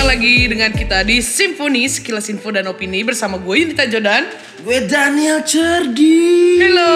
lagi dengan kita di Simfoni, sekilas info dan opini bersama gue Yunita Jodan. Gue Daniel Cerdi. Halo.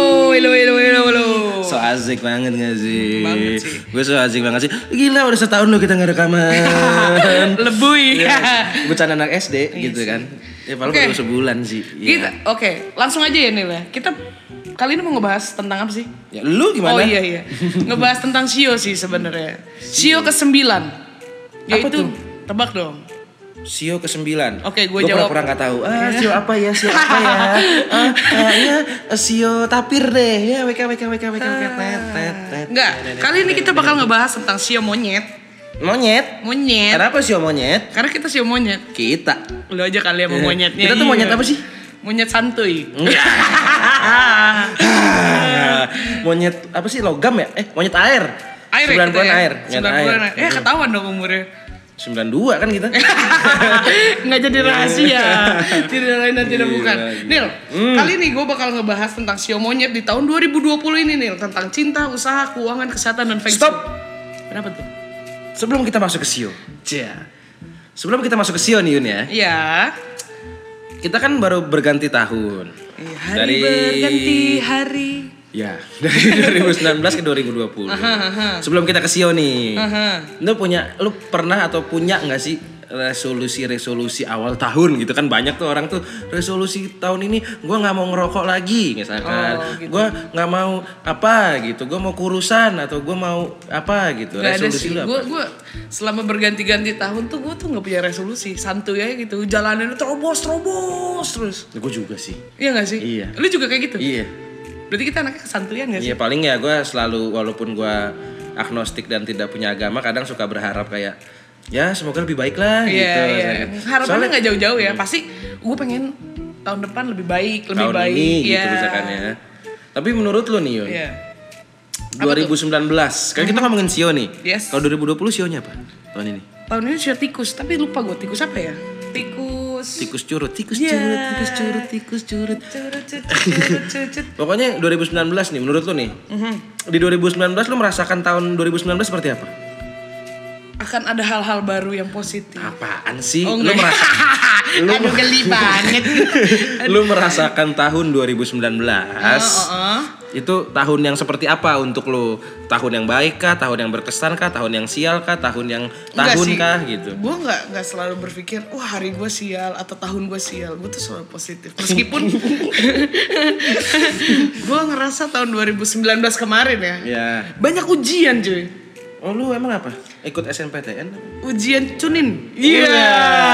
So asik banget gak sih? Banget sih. Gue so asik banget sih. Gila udah setahun loh kita gak rekaman. Lebui. Bercanda anak SD gitu kan. Ya paling baru sebulan sih. Oke, langsung aja ya Nil ya. Kita kali ini mau ngebahas tentang apa sih? Ya lu gimana? Oh iya. Ngebahas tentang Shio sih sebenarnya. Shio ke-9. Yaitu tebak dong. Shio ke-9. Oke, gue jawab. Gue pura-pura gak tahu. Shio apa ya? Kayaknya Shio tapir deh. Ya WK. Enggak, kali ini kita bakal ngebahas tentang Shio monyet. Monyet? Kenapa Shio monyet? Karena kita Shio monyet. Kita. Lu aja kali sama monyetnya. Kita tuh monyet apa sih? Monyet santuy. Monyet apa sih, logam ya? Monyet air. 9 bulan air. Air. Ketahuan dong umurnya. 92 kan kita. Nggak jadi rahasia. Tidak lain dan tidak bukan. Nil, kali ini gue bakal ngebahas tentang Shio monyet di tahun 2020 ini Nil. Tentang cinta, usaha, keuangan, kesehatan, dan feng shui. Stop. Kenapa tuh? Sebelum kita masuk ke Shio. Sebelum kita masuk ke Shio nih Yun ya. Iya. Kita kan baru berganti tahun. Hari berganti hari. Ya, dari 2019 ke 2020. Sebelum kita ke Shio nih. Lu pernah atau punya enggak sih resolusi awal tahun gitu kan? Banyak tuh orang tuh resolusi tahun ini gua enggak mau ngerokok lagi misalkan. Gitu. Gua enggak mau apa gitu. Gua mau kurusan atau gua mau apa gitu. Gak resolusi lu apa? Gue selama berganti-ganti tahun tuh gue tuh nggak punya resolusi, santuy aja gitu. Jalanin terobos terus. Gue juga sih. Iya nggak sih? Iya. Lu juga kayak gitu? Iya. Berarti kita anaknya kesantuyan nggak sih? Iya, paling ya gue selalu, walaupun gue agnostik dan tidak punya agama, kadang suka berharap kayak ya semoga lebih baik lah gitu. Iya. Harapannya nggak jauh-jauh ya. Pasti gue pengen tahun depan lebih baik. Tahun ini gitu misalkan ya. Tapi menurut lu nih Yun, 2019 kan kita ngomongin Shio nih. Yes. Kalau 2020 Shio-nya apa tahun ini? Tahun ini Shio tikus, tapi lupa gue tikus apa ya? Tikus curut. Pokoknya 2019 nih menurut lu nih. Di 2019 lu merasakan tahun 2019 seperti apa? Akan ada hal-hal baru yang positif. Apaan sih? Oh, lu Aduh geli banget. Lu merasakan tahun 2019. Itu tahun yang seperti apa untuk lu? Tahun yang baik kah? Tahun yang berkesan kah? Tahun yang sial kah? Tahun yang kah gitu? Gue nggak selalu berpikir wah hari gue sial atau tahun gue sial. Gue tuh selalu positif. Meskipun gue ngerasa tahun 2019 kemarin ya. Banyak ujian cuy. Oh lu emang apa? Ikut SNPTN? Ujian cunin. Iya.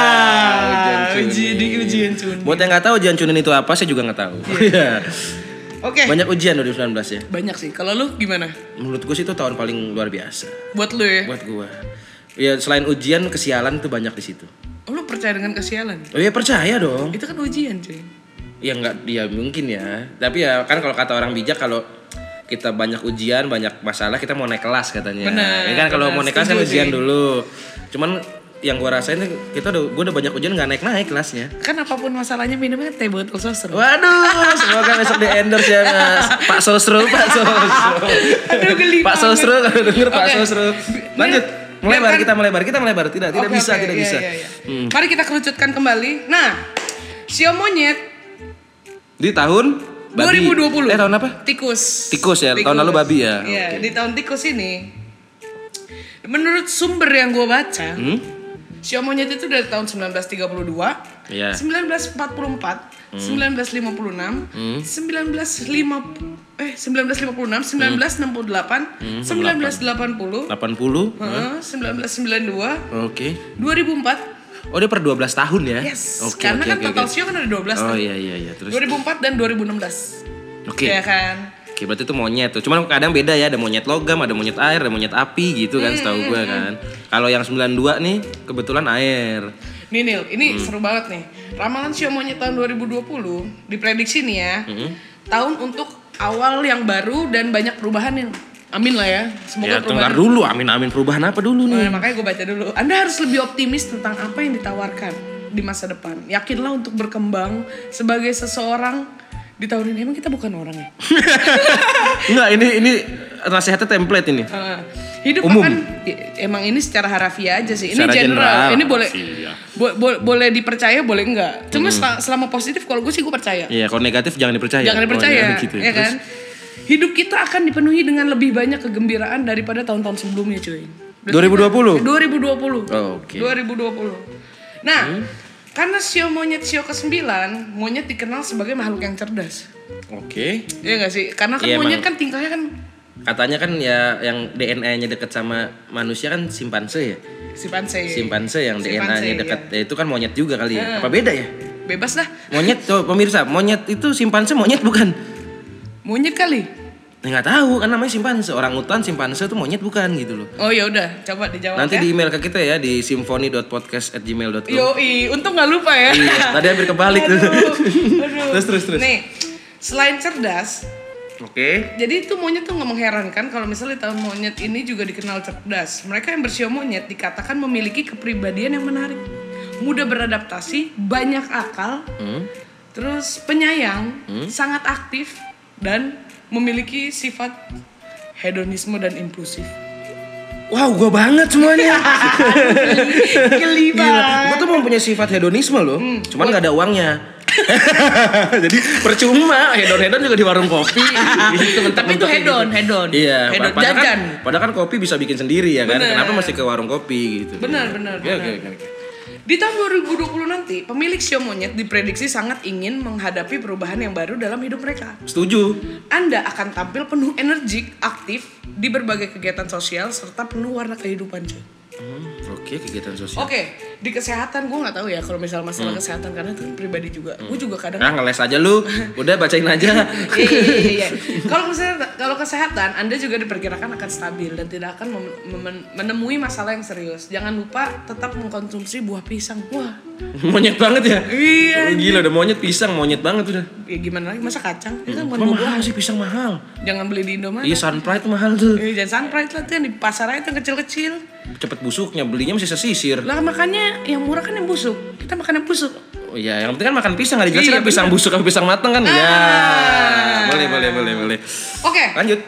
Ujian cunin. Buat yang nggak tahu ujian cunin itu apa, saya juga nggak tahu. Iya. Oke. Banyak ujian 2019 ya. Banyak sih. Kalau lu gimana? Menurut gue sih itu tahun paling luar biasa. Buat lu ya? Buat gue. Ya selain ujian, kesialan tuh banyak di situ. Oh, lu percaya dengan kesialan? Oh iya percaya dong. Itu kan ujian cuy. Ya nggak, ya mungkin ya. Tapi ya kan kalau kata orang bijak, kalau kita banyak ujian, banyak masalah, kita mau naik kelas katanya. Benar. Ya kan kalau mau naik kelas kan ujian sih dulu. Cuman yang gue rasain gue udah banyak ujian nggak naik kelasnya. Kan apapun masalahnya minumnya teh botol sosro. Waduh, semoga besok di endorse ya Mas. Pak Sosro. Aduh geli. Pak Sosro kalau denger Pak Oke. Sosro. Lanjut. Kita melebar. Tidak bisa. Iya. Mari kita kerucutkan kembali. Nah, Shio monyet di tahun babi. 2020. Tahun apa? Tikus ya. Tahun lalu babi ya. Iya, di tahun tikus ini. Menurut sumber yang gue baca, Shio monyet itu dari tahun 1932, 1944, 1956, 1956, 1968, 1980, 80, 1992, Oke. 2004. Oh dia per 12 tahun ya? Yes. Karena kan total Shio kan ada 12 Oh tahun. iya. Terus 2004 dan 2016. Oke. Iya kan? Oke, berarti itu monyet tuh. Cuman kadang beda ya, ada monyet logam, ada monyet air, ada monyet api gitu kan setahu gue kan. Kalau yang 92 nih kebetulan air. Nih Nil, ini seru banget nih. Ramalan Shio monyet tahun 2020 diprediksi nih ya. Tahun untuk awal yang baru dan banyak perubahan nih. Amin lah ya. Semoga ya tunggu dulu, amin perubahan apa dulu nih? Makanya gue baca dulu. Anda harus lebih optimis tentang apa yang ditawarkan di masa depan. Yakinlah untuk berkembang sebagai seseorang di tahun ini. Emang kita bukan orang ya? Enggak, ini nasihatnya template ini. Hidup umum. emang ini secara harafiah aja sih. Ini Secara general. Ini boleh Iya. boleh dipercaya, boleh enggak. Cuma selama positif kalau gue sih gue percaya. Iya, kalau negatif jangan dipercaya. Jangan dipercaya, gitu. ya kan? Hidup kita akan dipenuhi dengan lebih banyak kegembiraan daripada tahun-tahun sebelumnya, cuy. 2020? 2020. Oh, oke. 2020. Nah, karena sio ke-9, monyet dikenal sebagai makhluk yang cerdas. Oke. Iya gak sih? Karena kan Iya, monyet emang. kan tingkahnya kan Katanya kan ya yang DNA-nya deket sama manusia kan simpanse ya. Simpanse yang DNA-nya dekat. Ya, itu kan monyet juga kali ya. Apa beda ya? Bebas dah. Monyet tuh pemirsa, monyet itu simpanse monyet bukan? Monyet kali. Nggak tahu kan namanya simpanse. Orangutan simpanse tuh monyet bukan gitu loh. Oh ya udah, coba dijawab. Nanti ya. di email ke kita ya di symphony.podcast@gmail.com. Yoi, untung gak lupa ya. Iya, tadi hampir kebalik tuh. Aduh. Terus. Nih, selain cerdas, Oke. jadi itu monyet tuh gak mengherankan kalau misalnya tahun monyet ini juga dikenal cerdas. Mereka yang bersio monyet dikatakan memiliki kepribadian yang menarik, mudah beradaptasi, banyak akal, terus penyayang, sangat aktif, dan memiliki sifat hedonisme dan impulsif. Wow, gua banget semuanya. Geli Gila, gua tuh mempunyai sifat hedonisme loh. Cuman gak ada uangnya. Jadi percuma hedon juga di warung kopi. Gitu, Tapi itu hedon. Iya, Hedon padahal jajan. Padahal kan kopi bisa bikin sendiri ya kan. Bener. Kenapa mesti ke warung kopi gitu? Benar. Oke. Di tahun 2020 nanti, pemilik sio monyet diprediksi sangat ingin menghadapi perubahan yang baru dalam hidup mereka. Setuju. Anda akan tampil penuh energik, aktif di berbagai kegiatan sosial serta penuh warna kehidupan, cuy. Oke, kegiatan sosial. Oke, di kesehatan gue nggak tahu ya kalau misal masalah kesehatan karena itu pribadi juga. Gue juga kadang. Nah, ngeles aja lu. Udah bacain aja. Iya. Kalau kesehatan, Anda juga diperkirakan akan stabil dan tidak akan menemui masalah yang serius. Jangan lupa tetap mengkonsumsi buah pisang. Wah, Monyet banget ya? Iya, Oh, gila udah monyet monyet banget udah. ya gimana lagi masa kacang? Itu kan bukan Emang buah. mahal sih pisang mahal. Jangan beli di Indomaret. Iya, Sunpride tuh mahal tuh. Jangan Sunpride lah tuh yang di pasar aja tuh yang kecil-kecil. Cepet busuknya, belinya masih sesisir. Lah makanya yang murah kan yang busuk. Kita makan yang busuk. Oh iya, yang penting kan makan pisang, nggak dijelasin Iya, kan pisang bener. busuk sama pisang matang kan? Ya, boleh. Oke, Lanjut.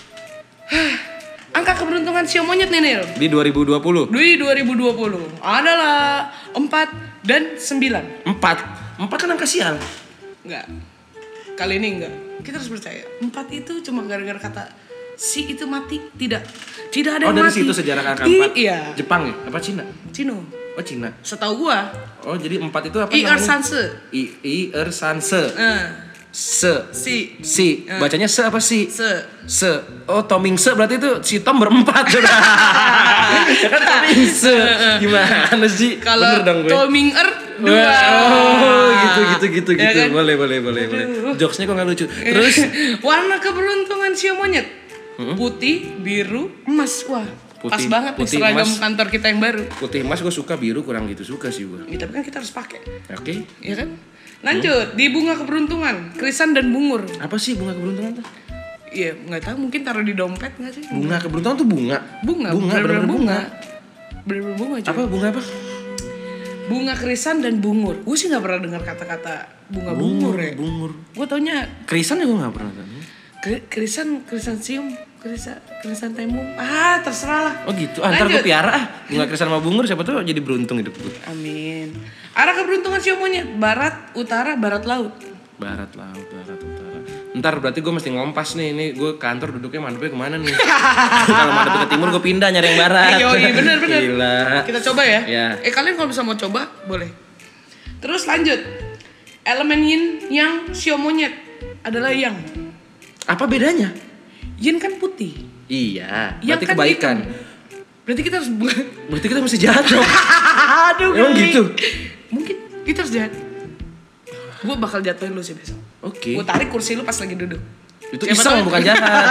angka keberuntungan sio monyet nih Nil. Di 2020. Di 2020 adalah 4 dan 9. 4 kan angka sial. Enggak. Kali ini enggak. Kita harus percaya. 4 itu cuma gara-gara kata si itu mati. Tidak ada Oh, yang dari mati. situ sejarah angka 4. Iya. Jepang ya? Apa Cina? Cino. Oh, Cina. Setahu gua. Oh, jadi 4 itu apa Ir Sanse. Ir Sanse. Se. Si. Bacanya se apa si? Se. Oh, Toming se berarti itu si Tom berempat. Ya kan Toming se. Gimana sih? Kalau Bener dong gue. Toming Er 2. Oh, gitu. Ya kan? Boleh. Jokesnya kok nggak lucu. Terus warna keberuntungan sio monyet. Putih, biru, emas. Wah, pas Putih- banget nih putih, seragam emas. kantor kita yang baru. putih emas gue suka, biru kurang gitu suka sih gue. Ya, tapi kan kita harus pakai. Oke. Ya kan? Lanjut, di bunga keberuntungan, krisan dan bungur. Apa sih bunga keberuntungan tuh? Iya, nggak tahu, mungkin taruh di dompet nggak sih? Bunga keberuntungan tuh bunga. Bunga, bener-bener bener-bener bunga. Bener-bener bunga, cuy. Apa bunga apa? Bunga krisan dan bungur. Gue sih nggak pernah dengar kata-kata bunga bungur ya. Bungur. Gue taunya Krisan ya gue nggak pernah tahu. krisan sium, krisan temum. Ah, terserah lah. Oh gitu. Ntar gue Lanjut. piara Bunga krisan sama bungur siapa tuh jadi beruntung hidup gue. Amin. Arah keberuntungan sio monyet, barat, utara, barat laut. Barat laut, barat utara. Ntar berarti gue mesti ngompas nih. Ini gue kantor duduknya madepnya kemana nih? Kalau madepnya ke timur gue pindah nyari yang barat. Iya, bener. Gila. Kita coba ya. Ya. Kalian kalau bisa mau coba, boleh. Terus lanjut. Elemen yin yang sio monyet adalah yang. Apa bedanya? Yin kan putih. Iya. Yang Berarti kan kebaikan. hitam. Berarti kita harus Berarti kita mesti jahat dong. Aduh, Emang geli. gitu? Mungkin kita harus jahat. Gue bakal jatuhin lu sih besok. Oke. Gue tarik kursi lu pas lagi duduk. Itu Siapa iseng tahu- bukan jahat.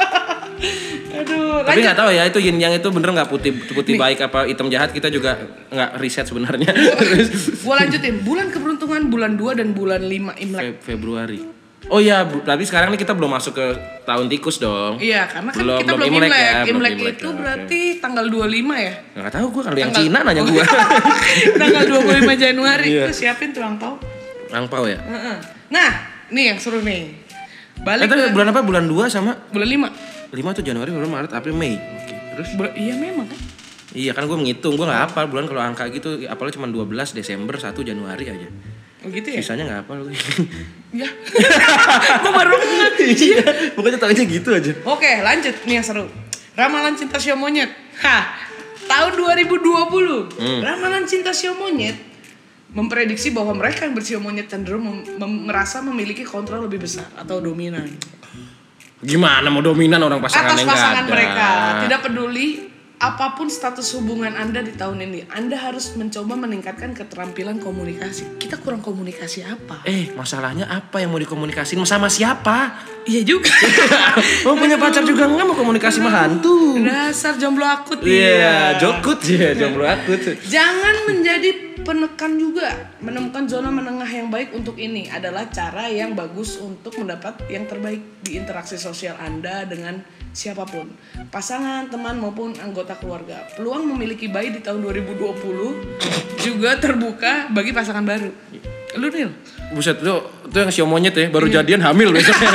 Aduh, Tapi lanjut. nggak tahu ya itu yin yang itu bener nggak putih baik apa hitam jahat, kita juga nggak riset sebenarnya. Gue lanjutin. Bulan keberuntungan bulan 2 dan bulan 5 Imlek. Februari. Oh iya, tapi sekarang nih kita belum masuk ke tahun tikus dong. Iya, karena kan Belum- kita belum belum Imlek Imlek. ya, belum Imlek Imlek itu ya, oke. berarti tanggal 25 ya? Nggak tahu gue kalau yang Tanggal- Cina nanya gue. Tanggal 25 Januari. Iya. Tuh siapin tuh ulang tahun. Angpau ya. Heeh. Nah, nih yang seru nih. Balik Itu ke bulan apa? Bulan 2 sama bulan 5. 5 tuh Januari, Februari, Maret, April, Mei. Oke. terus? Iya memang kan. Iya kan gue menghitung, gue nggak hafal bulan kalau angka gitu, apalagi cuma 12 Desember, 1 Januari aja. Oh gitu ya? Sisanya nggak hafal. Ya. Gue baru ngerti. Pokoknya tahunya gitu aja. Oke, lanjut nih yang seru. Ramalan cinta sio monyet. Tahun 2020. Ramalan cinta sio monyet memprediksi bahwa mereka yang bersio monyet cenderung merasa memiliki kontrol lebih besar atau dominan. Gimana mau dominan orang pasangan atas yang nggak pasangan ada. mereka. Tidak peduli apapun status hubungan Anda di tahun ini, Anda harus mencoba meningkatkan keterampilan komunikasi. Kita kurang komunikasi apa? Masalahnya apa yang mau dikomunikasiin sama siapa? Iya juga. Mau punya pacar juga nggak mau komunikasi sama hantu. Dasar jomblo akut Iya, jokut ya, jomblo akut. Jangan menjadi penekan juga. Menemukan zona menengah yang baik untuk ini adalah cara yang bagus untuk mendapat yang terbaik di interaksi sosial Anda dengan siapapun, pasangan, teman maupun anggota keluarga. Peluang memiliki bayi di tahun 2020 juga terbuka bagi pasangan baru. Lu Nil? Buset, itu yang sio monyet ya, baru jadian hamil besoknya.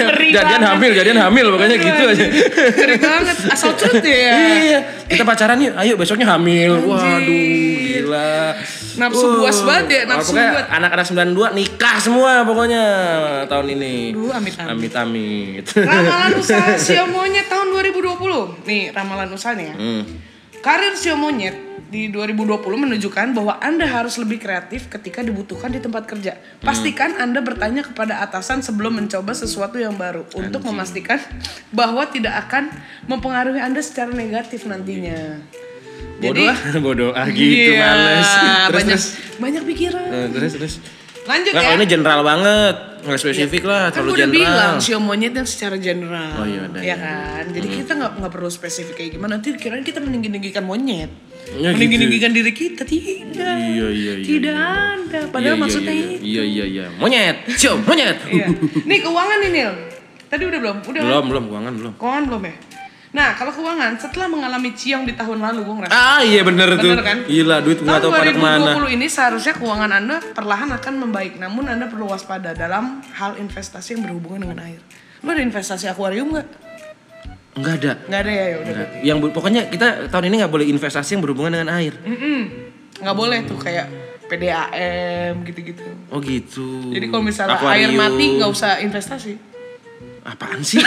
jadian hamil pokoknya gitu aja. Ngeri banget, asal cut ya. Iya, kita pacaran yuk, ayo besoknya hamil. Waduh, gila. Nafsu buas banget ya, nafsu buat. Anak-anak 92 nikah semua pokoknya tahun ini. Duh, amit-amit. Amit-amit. Ramalan usaha sio monyet tahun 2020. Nih, ramalan usahanya ya. Karir sio monyet di 2020 menunjukkan bahwa Anda harus lebih kreatif ketika dibutuhkan di tempat kerja. Pastikan Anda bertanya kepada atasan sebelum mencoba sesuatu yang baru untuk memastikan bahwa tidak akan mempengaruhi Anda secara negatif nantinya. Bodoh gitu, males. Banyak pikiran. Terus. Lanjut ya. Ini general banget, nggak spesifik lah, kan terlalu general. Kan general. bilang sio monyet yang secara general. Oh iya, ya kan. Jadi kita nggak perlu spesifik kayak gimana. Nanti kirain kita meninggi-ninggikan monyet. Ya, meninggi-ninggikan diri kita tidak. Iya. Tidak ada. Padahal maksudnya itu. Iya. Monyet, sio monyet. Iya. Nih keuangan nih Nil. Tadi udah belum? Belum, keuangan belum. Keuangan belum ya? Nah, kalau keuangan setelah mengalami ciong di tahun lalu, gue ngerasa. Iya bener tuh. Kan? Gila, duit nggak tahu pada kemana. Tahun 2020 ini seharusnya keuangan Anda perlahan akan membaik, namun Anda perlu waspada dalam hal investasi yang berhubungan dengan air. Lo ada investasi akuarium nggak? Nggak ada. Nggak ada ya udah. Yang pokoknya kita tahun ini nggak boleh investasi yang berhubungan dengan air. Nggak boleh tuh kayak PDAM gitu-gitu. Oh gitu. Jadi kalau misalnya air mati nggak usah investasi. Apaan sih?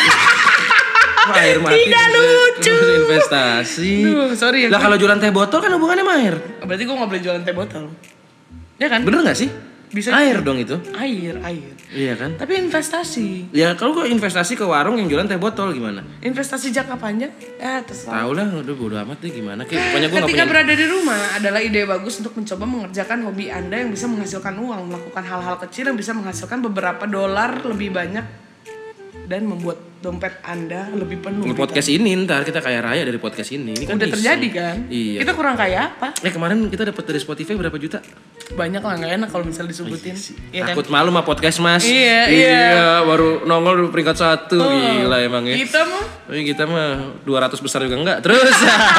Air mati tidak lucu. Investasi. Duh, sorry ya. Lah kalau jualan teh botol kan hubungannya sama air. Berarti gue nggak boleh jualan teh botol. Ya kan? Bener nggak sih? Bisa air dong itu. Air. Iya kan? Tapi investasi. Ya kalau gue investasi ke warung yang jualan teh botol gimana? Investasi jangka panjang? Terserah. Tahu lah, udah bodo amat deh gimana. Pokoknya gue ketika berada di rumah adalah ide bagus untuk mencoba mengerjakan hobi Anda yang bisa menghasilkan uang, melakukan hal-hal kecil yang bisa menghasilkan beberapa dolar lebih banyak dan membuat dompet Anda lebih penuh. Podcast ini ntar kita kaya raya dari podcast ini. Ini kan udah terjadi kan? Iya. Kita kurang kaya apa? Kemarin kita dapat dari Spotify berapa juta? Banyak lah, nggak enak kalau misalnya disebutin. Iya, takut malu sama podcast mas. Iya. Baru nongol peringkat 1. Gila emang ya. Kita mah 200 besar juga enggak. Terus.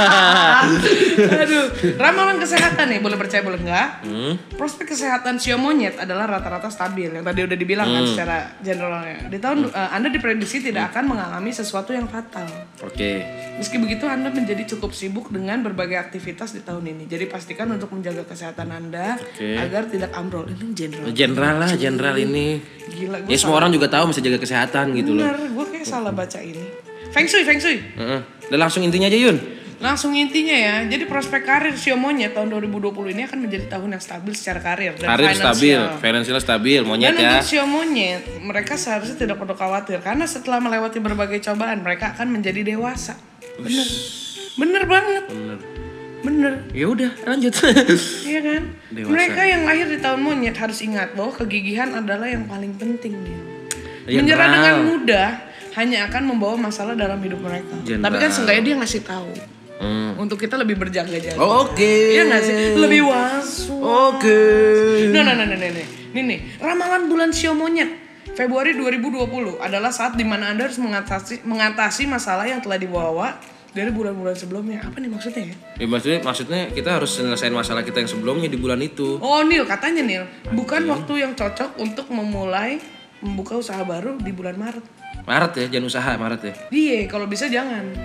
Aduh. Ramalan kesehatan nih, boleh percaya boleh enggak? Prospek kesehatan sio monyet adalah rata-rata stabil. Yang tadi udah dibilang kan secara generalnya. Di tahun Anda diprediksi tidak akan mengalami sesuatu yang fatal. Oke. Meski begitu Anda menjadi cukup sibuk dengan berbagai aktivitas di tahun ini. Jadi pastikan untuk menjaga kesehatan Anda agar tidak ambrol. Ini General ini. Gila, ya semua orang juga tahu mesti jaga kesehatan gitu loh. Bener, gue kayak salah baca ini. Feng Shui. Udah langsung intinya aja Yun. Langsung intinya ya. Jadi prospek karir sio monyet tahun 2020 ini akan menjadi tahun yang stabil secara karir dan finansial stabil, monyet dan ya. untuk sio monyet, mereka seharusnya tidak perlu khawatir karena setelah melewati berbagai cobaan, mereka akan menjadi dewasa. Bener banget. Bener. Ya udah, lanjut. Iya kan? Dewasa. Mereka yang lahir di tahun monyet harus ingat bahwa kegigihan adalah yang paling penting nih. Menyerah dengan mudah hanya akan membawa masalah dalam hidup mereka. Tapi kan seenggaknya dia ngasih tahu. Untuk kita lebih berjaga-jaga. Oke. Iya nggak sih? Lebih was-was. Oke. Nih. Ramalan bulan sio monyet Februari 2020 adalah saat dimana Anda harus mengatasi masalah yang telah dibawa dari bulan-bulan sebelumnya. Apa nih maksudnya ya? Maksudnya kita harus selesaiin masalah kita yang sebelumnya di bulan itu. Oh Nil, katanya Nil, bukan waktu yang cocok untuk membuka usaha baru di bulan Maret. Maret ya, jangan usaha Maret ya. Iya, kalau bisa jangan.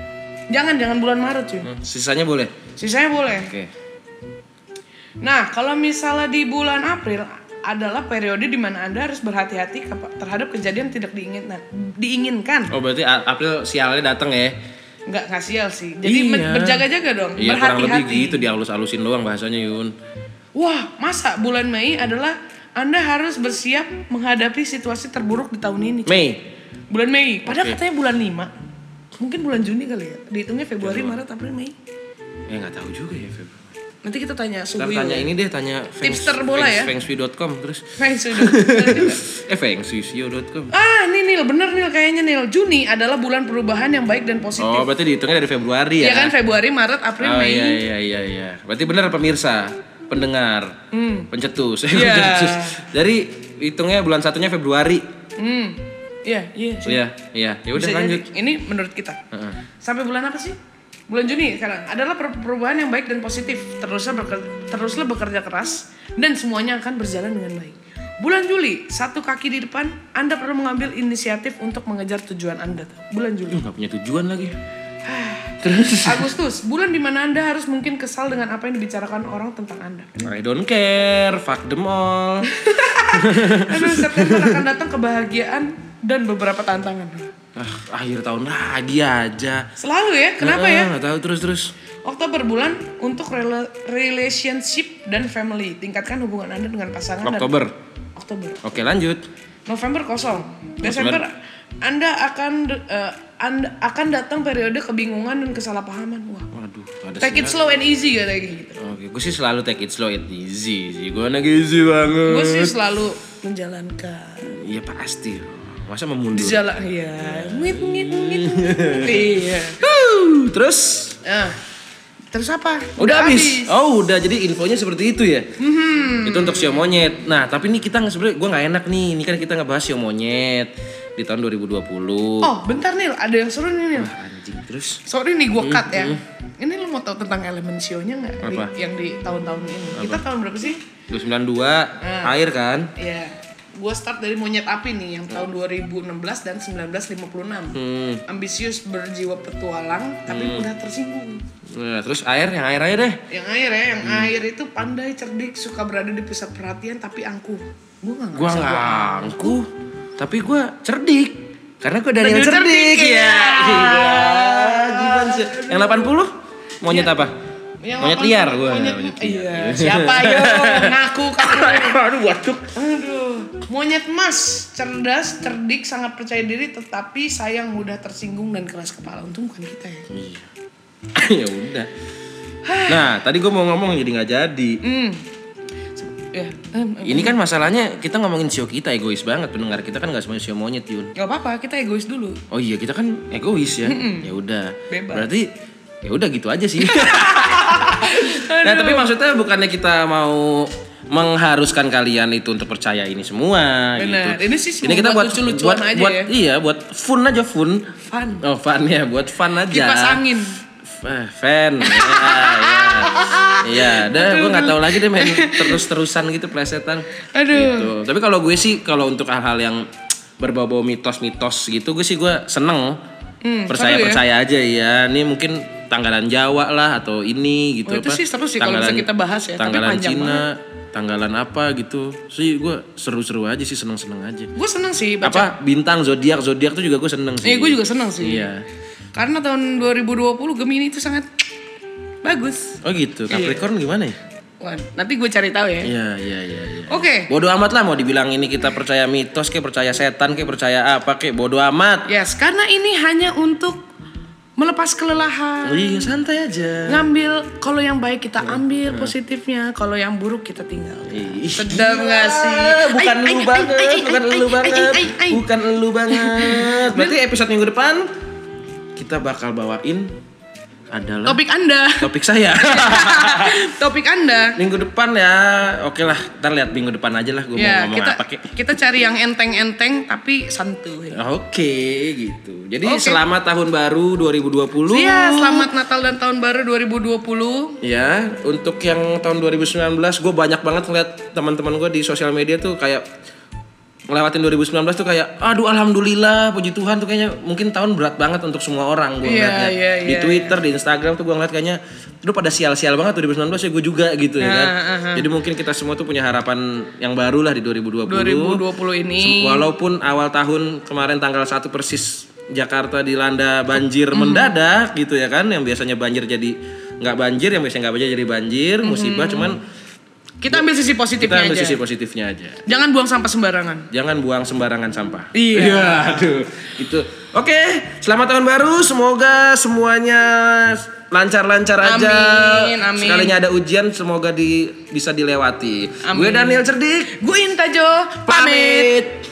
Jangan bulan Maret cuy. Sisanya boleh? Sisanya boleh. Oke. Nah, kalau misalnya di bulan April adalah periode di mana Anda harus berhati-hati terhadap kejadian tidak diinginkan. Oh, berarti April sialnya datang ya? Nggak sial sih. Jadi berjaga-jaga dong, iya, berhati-hati. Kurang lebih gitu, dihalus-halusin doang bahasanya, Yun. Wah, masa bulan Mei adalah Anda harus bersiap menghadapi situasi terburuk di tahun ini. Bulan Mei. Padahal katanya bulan 5. Mungkin bulan Juni kali ya. Dihitungnya Februari, Maret, April, Mei. Nggak tahu juga ya, Februari. Nanti kita tanya suhu. Tanya ini deh, tanya tipster bola ya. fengshui.com terus. fengshui.com. Nih bener Nil kayaknya Nil. Juni adalah bulan perubahan yang baik dan positif. Oh, berarti dihitungnya dari Februari ya? Iya kan, Februari, Maret, April, Mei. Iya. Berarti benar pemirsa, pendengar, pencetus. Iya. Dari hitungnya bulan satunya Februari. Iya. Ya udah lanjut. Ini menurut kita. Sampai bulan apa sih? Bulan Juni sekarang adalah perubahan yang baik dan positif. Teruslah bekerja keras dan semuanya akan berjalan dengan baik. Bulan Juli, satu kaki di depan, Anda perlu mengambil inisiatif untuk mengejar tujuan Anda. Bulan Juli. Nggak punya tujuan lagi. Terus Agustus, bulan dimana Anda harus mungkin kesal dengan apa yang dibicarakan orang tentang Anda. I don't care, fuck them all. September akan datang kebahagiaan dan beberapa tantangan. Akhir tahun lagi aja. Selalu ya, kenapa ya? Nggak tahu terus. Oktober bulan untuk relationship dan family. Tingkatkan hubungan Anda dengan pasangan. Oktober. Oke, lanjut. November kosong. Desember Anda akan datang periode kebingungan dan kesalahpahaman. Waduh, take it slow and easy kayak gitu. Oke, gue sih selalu take it slow and easy sih. Gue anak easy banget. Gue sih selalu menjalankan. Iya pasti. Masa memundur? Jalan, iya. Iya. Terus? Terus apa? Udah habis. Oh, udah. Jadi infonya seperti itu ya. Itu untuk sio monyet. Nah, tapi ini kita sebenarnya gue nggak enak nih. Ini kan kita ngebahas sio monyet di tahun 2020. Oh, bentar Nil. Ada yang seru nih Nil. Anjing terus. Sorry nih gue cut ya. Ini lo mau tahu tentang elemen sionya nggak? Yang di tahun-tahun ini. Kita tahun berapa sih? 292. Air kan? Iya. Gue start dari monyet api nih yang tahun 2016 dan 1956. Ambisius, berjiwa petualang tapi mudah tersinggung. Nah, terus air aja deh. Yang air itu pandai, cerdik, suka berada di pusat perhatian tapi angkuh. Gue nggak angkuh, tapi gue cerdik. Karena gue dari yang cerdik ya. Gimana sih? Yang 80 monyet apa? Monyet liar gue. Iya. Siapa yo ngaku kaku. Aduh waduh. Monyet emas, cerdas, cerdik, sangat percaya diri, tetapi sayang mudah tersinggung dan keras kepala. Untung bukan kita ya. Iya. Ya udah. Nah, tadi gue mau ngomong jadi nggak jadi. Ini kan masalahnya kita ngomongin sio kita egois banget, pendengar kita kan nggak semuanya sio monyet Yun. Gak apa-apa, kita egois dulu. Oh iya, kita kan egois ya. Ya udah. Berarti ya udah gitu aja sih. Nah, tapi maksudnya bukannya kita mau mengharuskan kalian itu untuk percaya ini semua. Benar. Gitu. Ini sih ini kita buat lucu-lucuan aja ya. Iya, buat fun aja fun. Oh, fun ya, buat fun aja. Kipas angin. Fan. Iya, gue nggak tahu lagi deh main terus-terusan gitu plesetan. Gitu. Tapi kalau gue sih kalau untuk hal-hal yang berbau-bau mitos-mitos gitu, gue seneng. Percaya aja ya. Ini mungkin tanggalan Jawa lah atau ini gitu. Itu sih seru sih kalau bisa kita bahas ya. Tanggalan tapi Cina, banget. tanggalan apa gitu. Sih gue seru-seru aja sih, seneng-seneng aja. Gue seneng sih baca. Apa bintang zodiak tuh juga gue seneng sih. Gue juga seneng sih. Iya. Karena tahun 2020 Gemini itu sangat bagus. Oh gitu. Capricorn gimana ya? Wah, nanti gue cari tahu ya. Iya. Oke. Bodoh amat lah mau dibilang ini kita percaya mitos, kayak percaya setan, kayak percaya apa, kayak bodoh amat. Yes, karena ini hanya untuk melepas kelelahan. Iya, santai aja. Ngambil kalau yang baik kita ambil positifnya, kalau yang buruk kita tinggal. Sedap nggak sih? Bukan lu banget. Berarti episode minggu depan kita bakal bawain adalah topik saya. Topik Anda minggu depan ya. Oke lah, ntar lihat minggu depan aja lah gue mau ngomong apa kek. Kita cari yang enteng-enteng tapi santuy. Oke, gitu. Jadi selamat tahun baru 2020. Iya, selamat Natal dan tahun baru 2020. Ya, untuk yang tahun 2019 gue banyak banget ngeliat teman-teman gue di sosial media tuh kayak ngelewatin 2019 tuh kayak aduh alhamdulillah puji Tuhan tuh kayaknya mungkin tahun berat banget untuk semua orang gue ngeliatnya. Di Twitter, di Instagram tuh gue ngeliat kayaknya lu pada sial-sial banget tuh 2019 ya gue juga gitu ya kan. Jadi mungkin kita semua tuh punya harapan yang baru lah di 2020 ini. Walaupun awal tahun kemarin tanggal 1 persis Jakarta dilanda banjir mendadak gitu ya kan, yang biasanya banjir jadi nggak banjir, yang biasanya nggak banjir jadi banjir, musibah. Cuman kita ambil sisi positifnya aja. Jangan buang sampah sembarangan. Jangan buang sembarangan sampah. Iya. Aduh, itu. Oke, selamat tahun baru. Semoga semuanya lancar-lancar aja. Amin. Sekalinya ada ujian, semoga bisa dilewati. Gue Daniel Cerdik. Gue Inta Jo. Pamit.